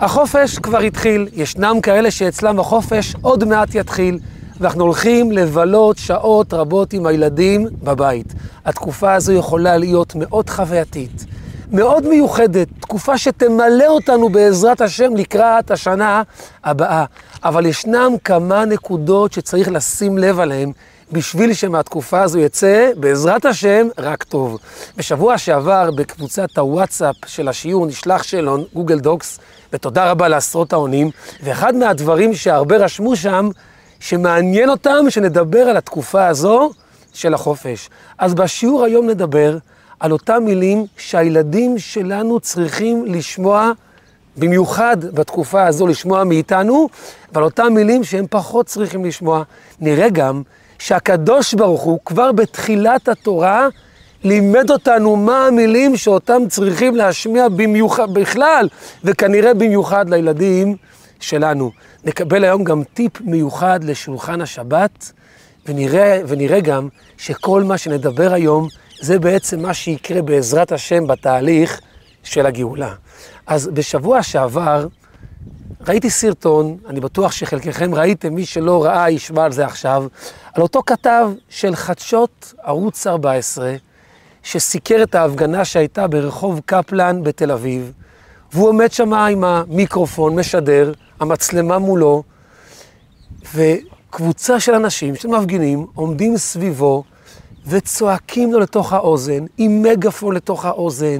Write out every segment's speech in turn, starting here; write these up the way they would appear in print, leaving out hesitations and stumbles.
החופש כבר התחיל, ישנם כאלה שאצלם החופש עוד מעט יתחיל, ואנחנו הולכים לבלות שעות רבות עם הילדים בבית. התקופה הזו יכולה להיות מאוד חווייתית, מאוד מיוחדת, תקופה שתמלא אותנו בעזרת השם לקראת השנה הבאה. אבל ישנם כמה נקודות שצריך לשים לב עליהן, בשביל שמהתקופה הזו יצא בעזרת השם רק טוב. בשבוע שעבר בקבוצת הוואטסאפ של השיעור נשלח שאלון גוגל דוקס, ותודה רבה לעשרות העונים, ואחד מהדברים שהרבה רשמו שם, שמעניין אותם שנדבר על התקופה הזו של החופש. אז בשיעור היום נדבר על אותם מילים שהילדים שלנו צריכים לשמוע, במיוחד בתקופה הזו לשמוע מאיתנו, ועל אותם מילים שהם פחות צריכים לשמוע. נראה גם שהקדוש ברוך הוא כבר בתחילת התורה לימד אותנו מה המילים שאותם צריכים להשמיע במיוחד בכלל, וכנראה במיוחד לילדים שלנו. נקבל היום גם טיפ מיוחד לשולחן השבת, ונראה גם שכל מה שנדבר היום זה בעצם מה שיקרה בעזרת השם בתהליך של הגאולה. אז בשבוע שעבר ראיתי סרטון, אני בטוח שחלקכם ראיתם, מי שלא ראה ישמע על זה עכשיו, על אותו כתב של חדשות ערוץ 14, שסיקר את ההפגנה שהייתה ברחוב קפלן בתל אביב, והוא עומד שם עם המיקרופון, משדר, המצלמה מולו, וקבוצה של אנשים, של מפגינים, עומדים סביבו, וצועקים לו לתוך האוזן, עם מגפון לתוך האוזן,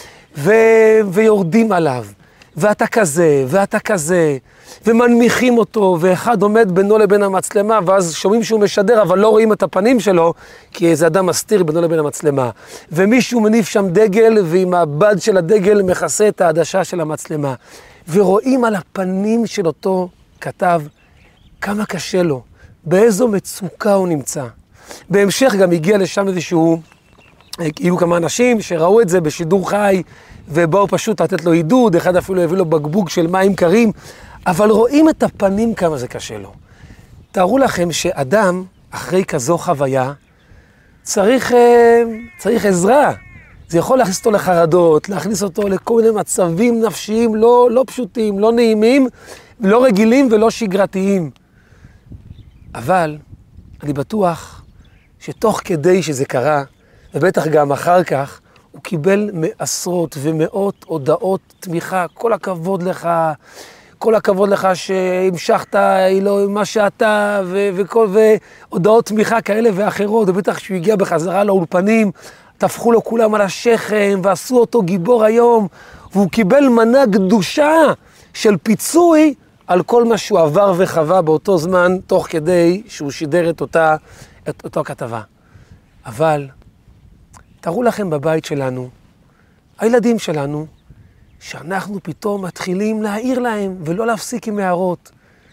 ויורדים עליו. ואתה כזה, ואתה כזה, ומנמיכים אותו, ואחד עומד בינו לבין המצלמה, ואז שומעים שהוא משדר, אבל לא רואים את הפנים שלו, כי איזה אדם מסתיר בינו לבין המצלמה. ומישהו מניף שם דגל, ועם הבד של הדגל מכסה את העדשה של המצלמה. ורואים על הפנים של אותו כתב, כמה קשה לו, באיזו מצוקה הוא נמצא. בהמשך גם הגיע לשם איזשהו, היו כמה אנשים שראו את זה בשידור חי, ובאו פשוט לתת לו עידוד, אחד אפילו הביא לו בקבוק של מים קרים, אבל רואים את הפנים כמה זה קשה לו. תארו לכם שאדם, אחרי כזו חוויה, צריך עזרה. זה יכול להכניס אותו לחרדות, להכניס אותו לכל מיני מצבים נפשיים לא פשוטים, לא נעימים, לא רגילים ולא שגרתיים. אבל אני בטוח שתוך כדי שזה קרה, ובטח גם אחר כך, הוא קיבל מעשרות ומאות הודעות תמיכה. כל הכבוד לך, כל הכבוד לך שהמשכת מה שאתה, והודעות תמיכה כאלה ואחרות. ובטח שהוא הגיע בחזרה לאולפנים, תפחו לו כולם על השכם, ועשו אותו גיבור היום, והוא קיבל מנה קדושה של פיצוי על כל מה שהוא עבר וחווה באותו זמן, תוך כדי שהוא שידר את אותה כתבה. אבל תראו לכם בבית שלנו, הילדים שלנו, שאנחנו פתאום מתחילים להעיר להם ולא להפסיק עם הערות.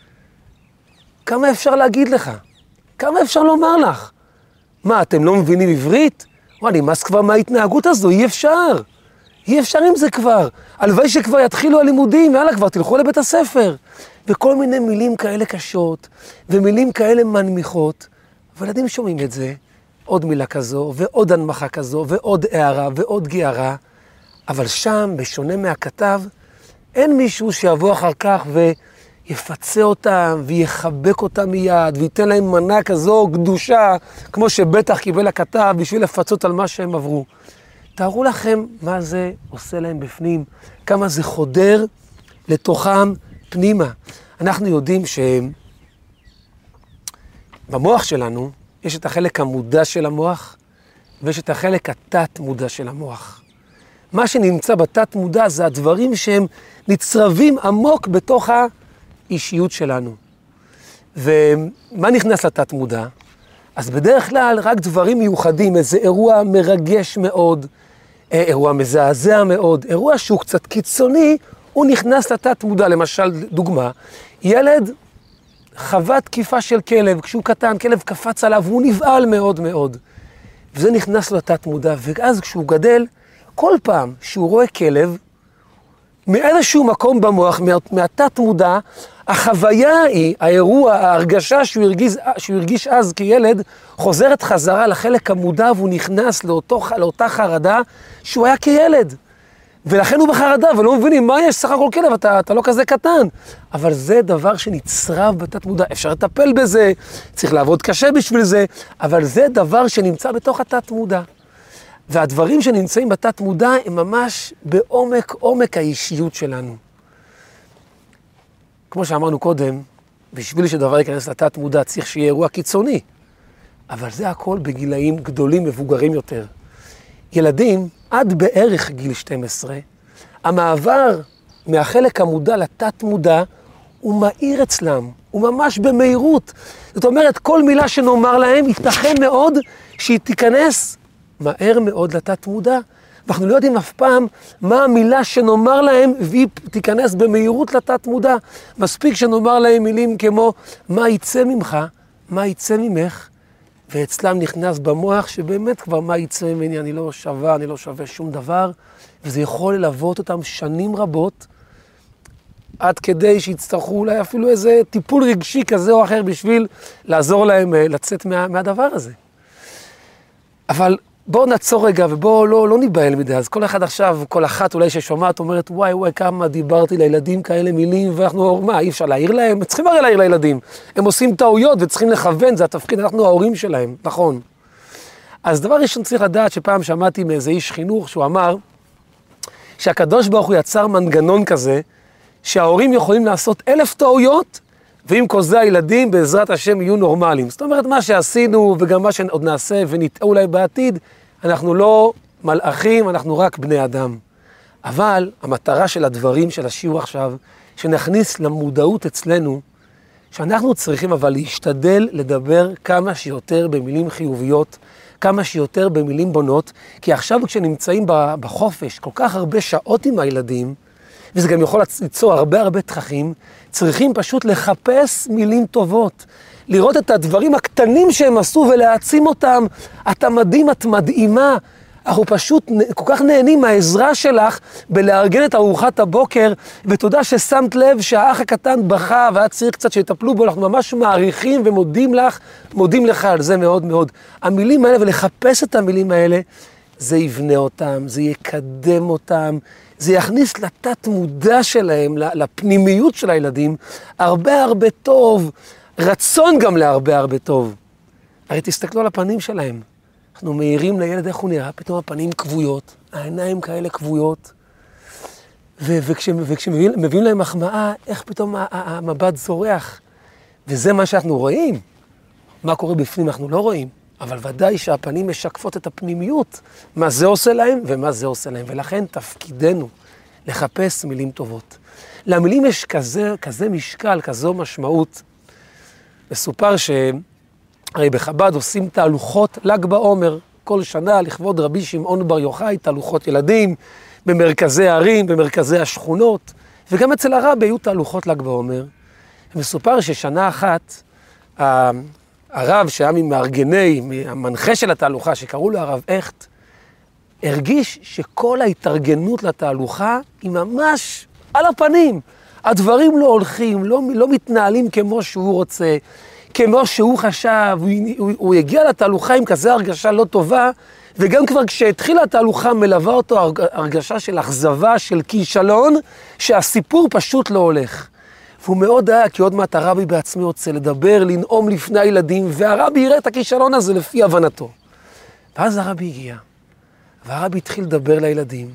כמה אפשר להגיד לך? כמה אפשר לומר לך? מה, אתם לא מבינים עברית? וואי, נמאס כבר מההתנהגות הזו, אי אפשר. אי אפשר עם זה כבר. הלוואי שכבר יתחילו הלימודים, יאללה, כבר תלכו לבית הספר. וכל מיני מילים כאלה קשות, ומילים כאלה מנמיכות. אבל ילדים שומעים את זה, עוד מילה כזו, ועוד הנמכה כזו, ועוד הערה, ועוד גערה. אבל שם, בשונה מהכתב, אין מישהו שיבוא אחר כך ויפצה אותם, ויחבק אותם מיד, וייתן להם מנה כזו קדושה, כמו שבטח קיבל הכתב, בשביל לפצות על מה שהם עברו. תארו לכם מה זה עושה להם בפנים, כמה זה חודר לתוכם פנימה. אנחנו יודעים שבמוח שלנו יש את החלק המודע של המוח, ויש את החלק התת מודע של המוח. מה שנמצא בתת מודע זה הדברים שהם נצרבים עמוק בתוך האישיות שלנו. ומה נכנס לתת מודע? אז בדרך כלל רק דברים מיוחדים, איזה אירוע מרגש מאוד, אירוע מזעזע מאוד, אירוע שהוא קצת קיצוני, הוא נכנס לתת מודע. למשל, דוגמה, ילד חווה תקיפה של כלב, כשהוא קטן, כלב קפץ עליו, והוא נבעל מאוד מאוד. וזה נכנס לתת מודע, ואז כשהוא גדל, כל פעם שהוא רואה כלב, מאיזשהו מקום במוח, מהתת מודע, החוויה היא, האירוע, ההרגשה שהוא הרגיש אז כילד, חוזרת חזרה לחלק המודע, והוא נכנס לאותה חרדה שהוא היה כילד. ולכן הוא בחרדה, ולא מבינים מה יש, סך הכל כלב, אתה לא כזה קטן. אבל זה דבר שנצרב בתת מודע, אפשר לטפל בזה, צריך לעבוד קשה בשביל זה, אבל זה דבר שנמצא בתוך התת מודע. והדברים שנמצאים בתת מודע הם ממש בעומק האישיות שלנו. כמו שאמרנו קודם, בשביל שדבר ייכנס לתת מודע צריך שיהיה אירוע קיצוני, אבל זה הכל בגילאים גדולים, מבוגרים יותר. ילדים, עד בערך גיל 12, המעבר מהחלק המודע לתת מודע הוא מהיר אצלם, הוא ממש במהירות. זאת אומרת, כל מילה שנאמר להם ייתכן מאוד שהיא תיכנס מהר מאוד לתת מודע. ואנחנו לא יודעים אף פעם מה המילה שנאמר להם והיא תיכנס במהירות לתת מודע. מספיק שנאמר להם מילים כמו מה יצא ממך, מה יצא ממך, ואצלם נכנס במוח שבאמת כבר מה יצא ממני, אני לא שווה שום דבר, וזה יכול ללוות אותם שנים רבות, עד כדי שיצטרכו אולי אפילו איזה טיפול רגשי כזה או אחר בשביל לעזור להם לצאת מהדבר הזה. אבל בואו נעצור רגע ובואו לא ניבהל מדי. אז כל אחד עכשיו, כל אחת אולי ששומעת אומרת, וואי, כמה דיברתי לילדים כאלה מילים, ואנחנו, מה, אי אפשר להעיר להם? צריכים הרי להעיר לילדים. הם עושים טעויות וצריכים לכוון, זה התפקיד, אנחנו ההורים שלהם, נכון. אז דבר ראשון צריך לדעת שפעם שמעתי מאיזה איש חינוך שהוא אמר, שהקדוש ברוך הוא יצר מנגנון כזה, שההורים יכולים לעשות 1000 טעויות, ועם כל זה הילדים בעזרת השם יהיו נורמליים. זאת אומרת, מה שעשינו וגם מה שעוד נעשה ונטעה אולי בעתיד, אנחנו לא מלאכים, אנחנו רק בני אדם. אבל המטרה של הדברים של השיעור עכשיו, שנכניס למודעות אצלנו, שאנחנו צריכים אבל להשתדל לדבר כמה שיותר במילים חיוביות, כמה שיותר במילים בונות, כי עכשיו כשנמצאים בחופש כל כך הרבה שעות עם הילדים, וזה גם יכול ליצור הרבה תככים, צריכים פשוט לחפש מילים טובות, לראות את הדברים הקטנים שהם עשו ולהעצים אותם. אתה מדהים, את מדהימה, אנחנו פשוט כל כך נהנים מהעזרה שלך בלארגן את ארוחת הבוקר, ותודה ששמת לב שהאח הקטן בכה והיה צריך קצת שיטפלו בו, אנחנו ממש מעריכים ומודים לך, מודים לך על זה מאוד מאוד. המילים האלה ולחפש את המילים האלה, זה יבנה אותם, זה יקדם אותם, זה יכניס לתת מודע שלהם, לפנימיות של הילדים, הרבה טוב, רצון גם להרבה טוב. הרי תסתכלו על הפנים שלהם. אנחנו מאירים לילד איך הוא נראה, פתאום הפנים כבויות, העיניים כאלה כבויות, וכשמביאים להם מחמאה, איך פתאום המבט זורח. וזה מה שאנחנו רואים. מה קורה בפנים אנחנו לא רואים, אבל ודאי שהפנים משקפות את הפנימיות, מה זה עושה להם ומה זה עושה להם. ולכן תפקידנו לחפש מילים טובות. למילים יש כזה משקל, כזו משמעות. מסופר הרי בחב"ד עושים תהלוכות ל"ג בעומר, כל שנה לכבוד רבי שמעון בר יוחאי, תהלוכות ילדים, במרכזי הערים, במרכזי השכונות, וגם אצל הרבי היו תהלוכות ל"ג בעומר. מסופר ששנה אחת, הרב שהיה ממארגני, המנחה של התהלוכה, שקראו לו הרב הכט, הרגיש שכל ההתארגנות לתהלוכה היא ממש על הפנים. הדברים לא הולכים, לא מתנהלים כמו שהוא רוצה, כמו שהוא חשב, הוא הגיע לתהלוכה עם כזה הרגשה לא טובה, וגם כבר כשהתחילה התהלוכה מלווה אותו הרגשה של אכזבה, של כישלון, שהסיפור פשוט לא הולך. והוא מאוד היה, כי עוד מעט הרבי בעצמי רוצה לדבר, לנאום לפני הילדים, והרבי יראה את הכישלון הזה לפי הבנתו. ואז הרבי הגיע, והרבי התחיל לדבר לילדים,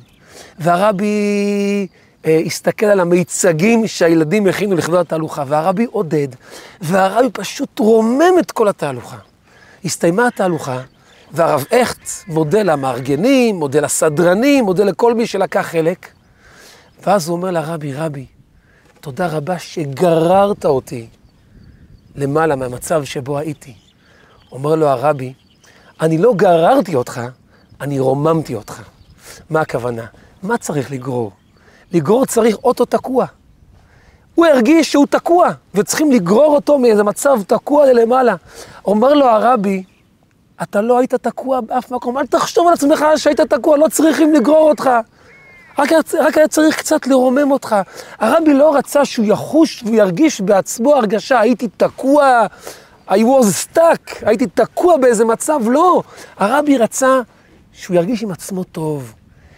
והרבי הסתכל על המיצגים שהילדים הכינו לכבוד התהלוכה, והרבי עודד, והרבי פשוט רומם את כל התהלוכה. הסתיימה התהלוכה, והרב הכט מודה למארגנים, מודה לסדרנים, מודה לכל מי שלקח חלק, ואז הוא אומר לרבי, רבי, תודה רבה שגררת אותי למעלה מהמצב שבו הייתי. אומר לו הרבי, אני לא גררתי אותך, אני רוממתי אותך. מה הכוונה? מה צריך לגרור? לגרור צריך אוטו תקוע. הוא הרגיש שהוא תקוע, וצריכים לגרור אותו מאיזה מצב תקוע ללמעלה. אומר לו הרבי, אתה לא היית תקוע באף מקום, אל תחשוב על עצמך שהיית תקוע, לא צריכים לגרור אותך. רק היה צריך קצת לרומם אותך. הרבי לא רצה שהוא יחוש וירגיש בעצמו הרגשה, הייתי תקוע, I was stuck, הייתי תקוע באיזה מצב, לא. הרבי רצה שהוא ירגיש עם עצמו טוב.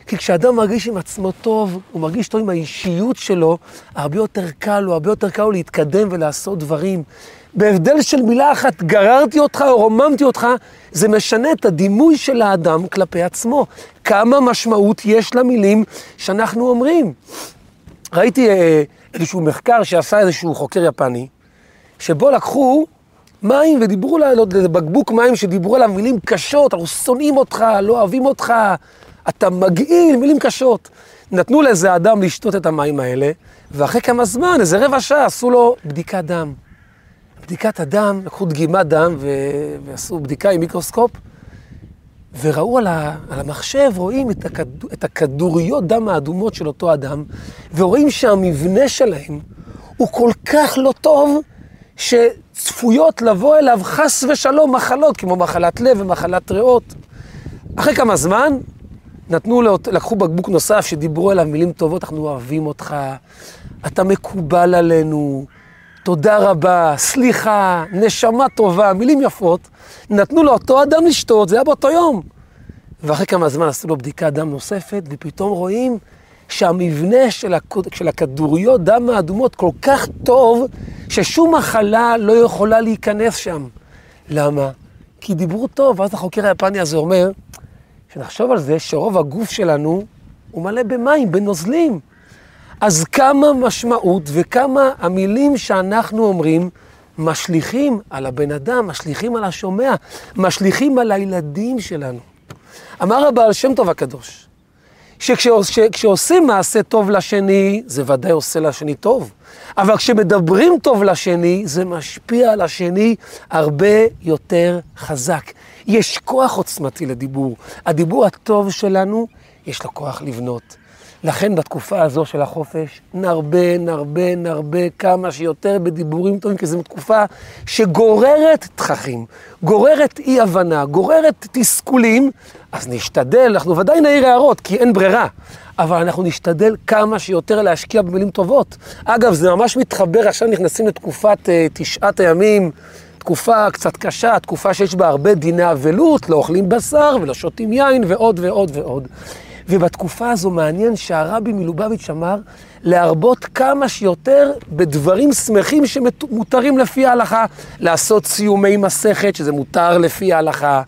כי כשאדם מרגיש עם עצמו טוב, הוא מרגיש טוב עם האישיות שלו, הרבה יותר קל לו להתקדם ולעשות דברים. בהבדל של מילה אחת, גררתי אותך או רוממתי אותך, זה משנה את הדימוי של האדם כלפי עצמו. כמה משמעות יש למילים שאנחנו אומרים. ראיתי איזשהו מחקר שעשה איזשהו חוקר יפני, שבו לקחו מים ודיברו לבקבוק מים שדיברו עליו מילים קשות, אנחנו שונאים אותך, לא אוהבים אותך, אתה מגעיל, מילים קשות. נתנו לאיזה אדם לשתות את המים האלה, ואחרי כמה זמן, איזה רבע שעה, עשו לו בדיקת דם. בדיקת הדם, לקחו דגימת דם ועשו בדיקה עם מיקרוסקופ, וראו על המחשב, רואים את הכדוריות דם האדומות של אותו אדם, ורואים שהמבנה שלהם הוא כל כך לא טוב, שצפויות לבוא אליו חס ושלום מחלות, כמו מחלת לב ומחלת ריאות. אחרי כמה זמן, לקחו בקבוק נוסף שדיברו עליו מילים טובות, אנחנו אוהבים אותך, אתה מקובל עלינו, תודה רבה, סליחה, נשמה טובה, מילים יפות. נתנו לאותו אדם לשתות, זה היה באותו יום. ואחרי כמה זמן עשו לו בדיקת דם נוספת, ופתאום רואים שהמבנה של הכדוריות דם האדומות כל כך טוב, ששום מחלה לא יכולה להיכנס שם. למה? כי דיברו טוב, ואז החוקר היפני הזה אומר, שנחשוב על זה שרוב הגוף שלנו הוא מלא במים, בנוזלים. אז כמה משמעות וכמה המילים שאנחנו אומרים משליכים על הבן אדם, משליכים על השומע, משליכים על הילדים שלנו. אמר הבעל שם טוב הקדוש, שכשעושים מעשה טוב לשני, זה ודאי עושה לשני טוב. אבל כשמדברים טוב לשני, זה משפיע על השני הרבה יותר חזק. יש כוח עוצמתי לדיבור. הדיבור הטוב שלנו, יש לו כוח לבנות. לכן בתקופה הזו של החופש, נרבה כמה שיותר בדיבורים טובים, כי זו תקופה שגוררת תככים, גוררת אי הבנה, גוררת תסכולים, אז נשתדל, אנחנו ודאי נעיר הערות, כי אין ברירה, אבל אנחנו נשתדל כמה שיותר להשקיע במילים טובות. אגב, זה ממש מתחבר, עכשיו נכנסים לתקופת 9 הימים, תקופה קצת קשה, תקופה שיש בה הרבה דיני אבלות, לא אוכלים בשר ולא שותים יין ועוד ועוד ועוד. ובתקופה הזו מעניין שהרבי מלובביץ' אמר להרבות כמה שיותר בדברים שמחים שמותרים לפי ההלכה, לעשות סיומי מסכת, שזה מותר לפי ההלכה,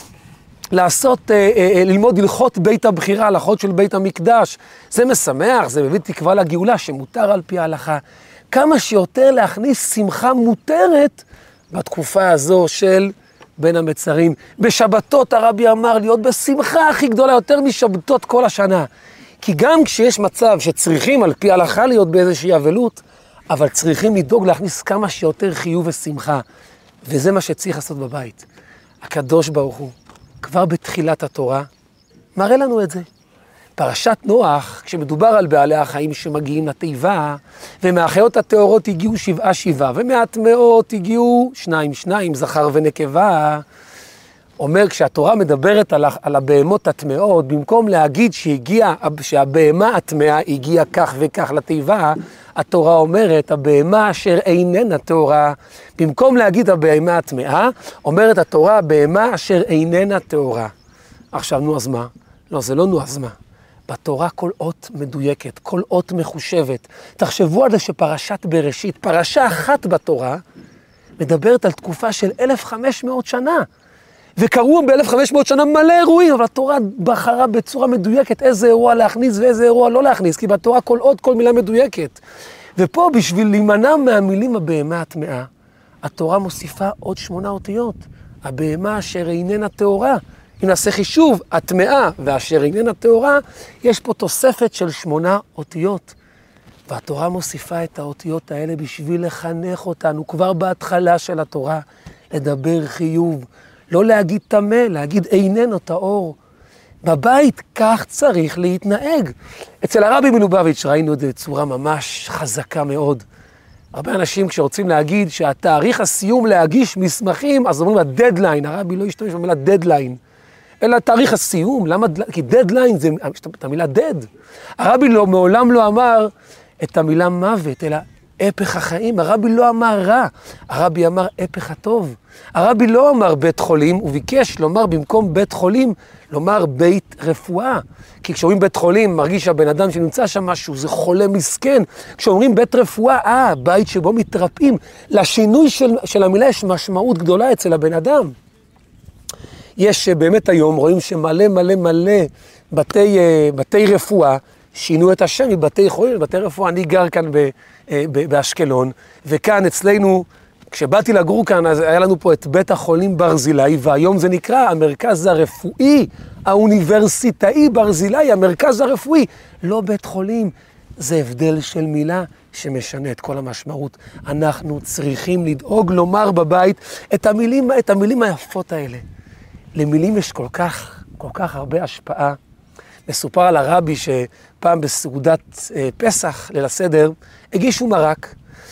ללמוד הלכות בית הבחירה, הלכות של בית המקדש, זה משמח, זה מביא תקווה לגאולה שמותר על פי ההלכה. כמה שיותר להכניס שמחה מותרת בתקופה הזו של בין המצרים. בשבתות הרבי אמר להיות בשמחה הכי גדולה יותר משבתות כל השנה. כי גם כשיש מצב שצריכים על פי ההלכה להיות באיזושהי אבלות, אבל צריכים לדאוג להכניס כמה שיותר חיוב ושמחה. וזה מה שצריך לעשות בבית. הקדוש ברוך הוא, כבר בתחילת התורה, מראה לנו את זה. פרשת נוח, כשמדובר על בעלי החיים שמגיעים לתיבה, ומהחיות הטהורות הגיעו 7, ומהטמאות הגיעו 2, זכר ונקבה. אומר, כשהתורה מדברת על הבהמות הטמאות, במקום להגיד שהבהמה הטמאה הגיעה כך וכך לתיבה, התורה אומרת, הבהמה אשר איננה טהורה. במקום להגיד הבהמה הטמאה, אומרת התורה, הבהמה אשר איננה טהורה. עכשיו, נו אז מה? לא, זה לא נו אז מה. בתורה כל אות מדויקת, כל אות מחושבת. תחשבו על זה שפרשת בראשית, פרשה אחת בתורה, מדברת על תקופה של 1500 שנה. וקראו ב-1500 שנה מלא אירועים, אבל התורה בחרה בצורה מדויקת איזה אירוע להכניס ואיזה אירוע לא להכניס, כי בתורה כל אות, כל מילה מדויקת. ופה בשביל להימנע מהמילים הבהמה הטמאה, התורה מוסיפה עוד 8 אותיות. הבהמה אשר איננה טהורה. אם נעשה חישוב, הטמאה ואשר איננה טהורה, יש פה תוספת של 8 אותיות. והתורה מוסיפה את האותיות האלה בשביל לחנך אותנו, כבר בהתחלה של התורה, לדבר חיוב. לא להגיד טמא, להגיד איננו טהור. בבית כך צריך להתנהג. אצל הרבי מלובביץ' ראינו את זה בצורה ממש חזקה מאוד. הרבה אנשים כשרוצים להגיד שהתאריך הסיום להגיש מסמכים, אז אומרים הדדליין, הרבי לא ישתמש במילה דדליין. אלא תאריך הסיום, למה? כי דדליין זה את המילה דד. הרבי מעולם לא אמר את המילה מוות, אלא הפך החיים. הרבי לא אמר רע, הרבי אמר הפך הטוב. הרבי לא אמר בית חולים, הוא ביקש לומר במקום בית חולים, לומר בית רפואה. כי כשאומרים בית חולים, מרגיש שהבן אדם שנמצא שם משהו, זה חולה מסכן. כשאומרים בית רפואה, בית שבו מתרפאים. לשינוי של המילה יש משמעות גדולה אצל הבן אדם. יש באמת היום, רואים שמלא מלא מלא בתי רפואה, שינו את השם מבתי חולים לבתי רפואה. אני גר כאן באשקלון, וכאן אצלנו, כשבאתי לגור כאן, אז היה לנו פה את בית החולים ברזילי, והיום זה נקרא המרכז הרפואי, האוניברסיטאי ברזילי, המרכז הרפואי, לא בית חולים. זה הבדל של מילה שמשנה את כל המשמעות. אנחנו צריכים לדאוג לומר בבית את המילים היפות האלה. למילים יש כל כך הרבה השפעה. מסופר על הרבי שפעם בסעודת פסח, ליל הסדר, הגישו מרק,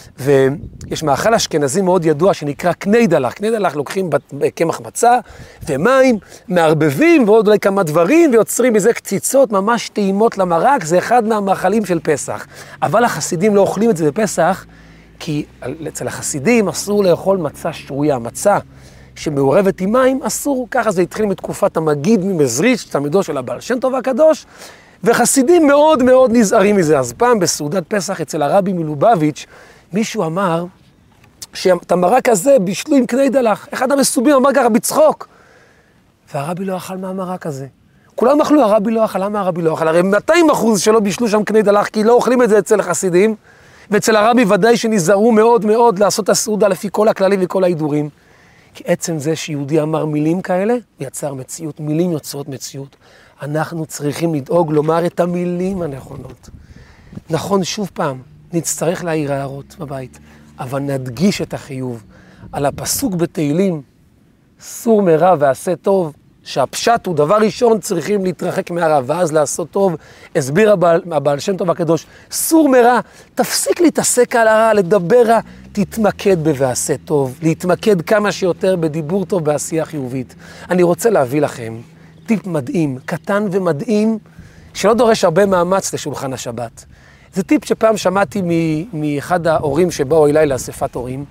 ויש מאכל אשכנזי מאוד ידוע שנקרא קניידלח. קניידלח לוקחים קמח מצה ומים, מערבבים ועוד אולי כמה דברים, ויוצרים מזה קציצות ממש טעימות למרק. זה אחד מהמאכלים של פסח. אבל החסידים לא אוכלים את זה בפסח, כי אצל החסידים אסור לאכול מצה שרויה, מצה שמעורבת עם מים, אסור. ככה זה התחיל מתקופת המגיד ממזריץ', תלמידו של הבעל שם טוב הקדוש, וחסידים מאוד מאוד נזהרים מזה. אז פעם בסעודת פסח אצל הרבי מלובביץ', מישהו אמר שאת המרק הזה בישלו עם קניידלח. אחד המסובים אמר ככה בצחוק, והרבי לא אכל מהמרק הזה. כולם אכלו, הרבי לא אכל. למה הרבי לא אכל? הרי 200% שלא בישלו שם קניידלח, כי לא אוכלים את זה אצל החסידים, ואצל הרבי ודאי שנזהרו מאוד מאוד לעשות הסעודה לפי כל הכללים וכל ההידורים. כי עצם זה שיהודי אמר מילים כאלה, יצר מציאות. מילים יוצרות מציאות. אנחנו צריכים לדאוג לומר את המילים הנכונות. נכון, שוב פעם, נצטרך להעיר הערות בבית, אבל נדגיש את החיוב. על הפסוק בתהילים, סור מרע ועשה טוב, שהפשט הוא דבר ראשון צריכים להתרחק מהרע, ואז לעשות טוב. הסביר הבעל שם טוב הקדוש, סור מרע, תפסיק להתעסק על הרע, לדבר רע, תתמקד בוועשה טוב, להתמקד כמה שיותר בדיבור טוב, בעשייה חיובית. אני רוצה להביא לכם טיפ מדהים, קטן ומדהים, שלא דורש הרבה מאמץ לשולחן השבת. זה טיפ שפעם שמעתי מאחד ההורים שבאו אליי לאספת הורים,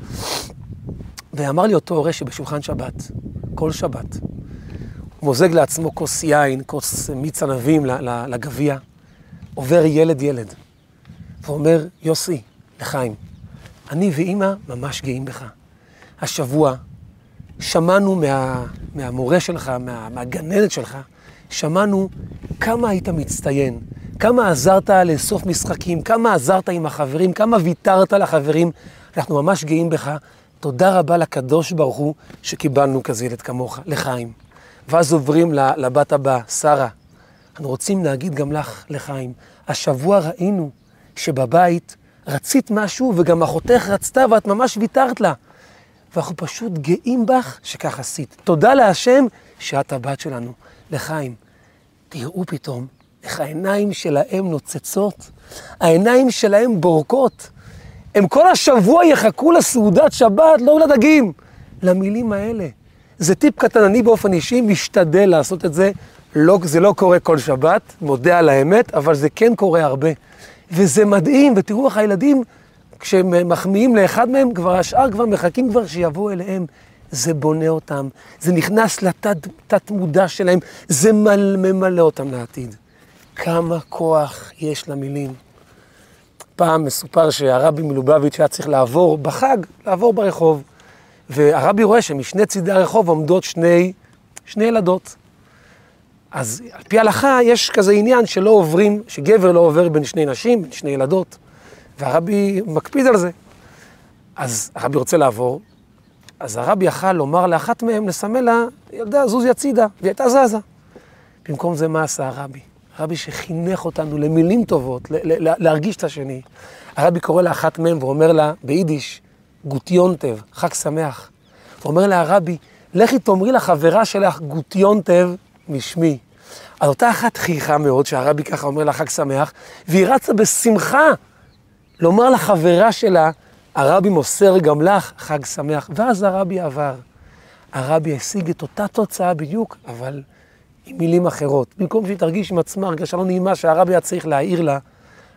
ואמר לי אותו הורה שבשולחן שבת, כל שבת, הוא מוזג לעצמו כוס יין, כוס מיץ ענבים לגביע, עובר ילד, ואומר, יוסי, לחיים, אני ואמא ממש גאים בך. השבוע שמענו מהמורה שלך, מהגננת שלך, שמענו כמה היית מצטיין, כמה עזרת לאסוף משחקים, כמה עזרת עם החברים, כמה ויתרת לחברים. אנחנו ממש גאים בך. תודה רבה לקדוש ברוך הוא שקיבלנו כזה ילד כמוך, לחיים. ואז עוברים לבת הבאה, שרה. אנחנו רוצים להגיד גם לך, לחיים. השבוע ראינו שבבית רצית משהו וגם אחותך רצתה ואת ממש ויתרת לה. ואנחנו פשוט גאים בך שכך עשית. תודה להשם שאת הבת שלנו, לחיים. תראו פתאום איך העיניים שלהם נוצצות, העיניים שלהם בורקות. הם כל השבוע יחכו לסעודת שבת, לא לדגים, למילים האלה. זה טיפ קטן, אני באופן אישי משתדל לעשות את זה. זה לא קורה כל שבת, מודה על האמת, אבל זה כן קורה הרבה. וזה מדהים, ותראו איך הילדים, כשהם מחמיאים לאחד מהם, כבר השאר כבר מחכים כבר שיבואו אליהם. זה בונה אותם, זה נכנס לתת מודע שלהם, זה ממלא אותם לעתיד. כמה כוח יש למילים. פעם מסופר שהרבי מלובביץ' היה צריך לעבור בחג, לעבור ברחוב, והרבי רואה שמשני צידי הרחוב עומדות שני ילדות. אז על פי ההלכה יש כזה עניין שלא עוברים, שגבר לא עובר בין שני נשים, בין שני ילדות, והרבי מקפיד על זה. אז הרבי רוצה לעבור, אז הרבי יכל לומר לאחת מהם, לסמל לה, ילדה, זוזי הצידה, והיא הייתה זזה. במקום זה מה עשה הרבי? הרבי שחינך אותנו למילים טובות, להרגיש את השני. הרבי קורא לאחת מהם ואומר לה ביידיש, גוט יונטב, חג שמח. ואומר לה הרבי, לכי תאמרי לחברה שלך גוט יונטב משמי. אז אותה אחת חייכה מאוד שהרבי ככה אומר לה חג שמח, והיא רצה בשמחה לומר לחברה שלה, הרבי מוסר גם לך חג שמח. ואז הרבי עבר. הרבי השיג את אותה תוצאה בדיוק, אבל עם מילים אחרות. במקום שהיא תרגיש עם עצמה, הרגשה לא נעימה שהרבי היה צריך להעיר לה,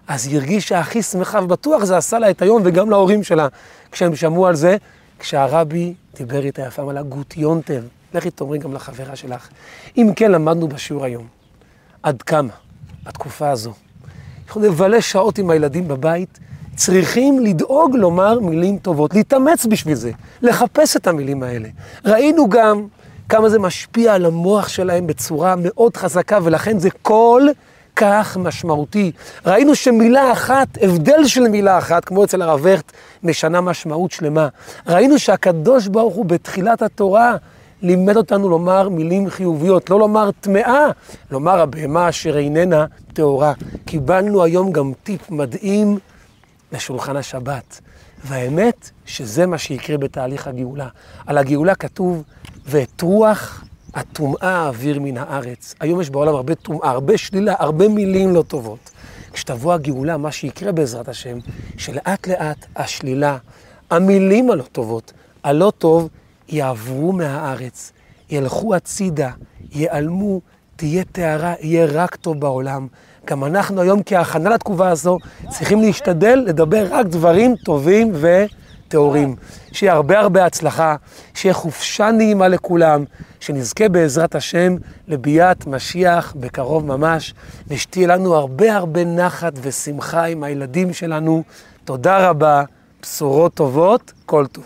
אז היא הרגישה הכי שמחה, ובטוח זה עשה לה את היום וגם להורים שלה, כשהם שמעו על זה, כשהרבי דיבר איתה יפה על הגות יונטר. לכי תאמרי גם לחברה שלך. אם כן, למדנו בשיעור היום. עד כמה, בתקופה הזו, אנחנו נבלה שעות עם הילדים בבית, צריכים לדאוג לומר מילים טובות, להתאמץ בשביל זה, לחפש את המילים האלה. ראינו גם כמה זה משפיע על המוח שלהם בצורה מאוד חזקה, ולכן זה כל כך משמעותי. ראינו שמילה אחת, הבדל של מילה אחת, כמו אצל הרב ורט, משנה משמעות שלמה. ראינו שהקדוש ברוך הוא בתחילת התורה לימד אותנו לומר מילים חיוביות, לא לומר טמאה, לומר הבהמה אשר איננה טהורה. קיבלנו היום גם טיפ מדהים לשולחן השבת. והאמת שזה מה שיקרה בתהליך הגאולה. על הגאולה כתוב, ואת רוח הטומאה האוויר מן הארץ. היום יש בעולם הרבה טומאה, הרבה שלילה, הרבה מילים לא טובות. כשתבוא הגאולה, מה שיקרה בעזרת השם, שלאט לאט השלילה, המילים הלא טובות, הלא טוב, יעברו מהארץ, ילכו הצידה, ייעלמו, תהיה טהרה, יהיה רק טוב בעולם. גם אנחנו היום כהכנה לתקופה הזו צריכים להשתדל לדבר רק דברים טובים וטהורים. שיהיה הרבה הצלחה, שיהיה חופשה נעימה לכולם, שנזכה בעזרת השם לביאת משיח בקרוב ממש, ושתהיה לנו הרבה נחת ושמחה עם הילדים שלנו. תודה רבה, בשורות טובות, כל טוב.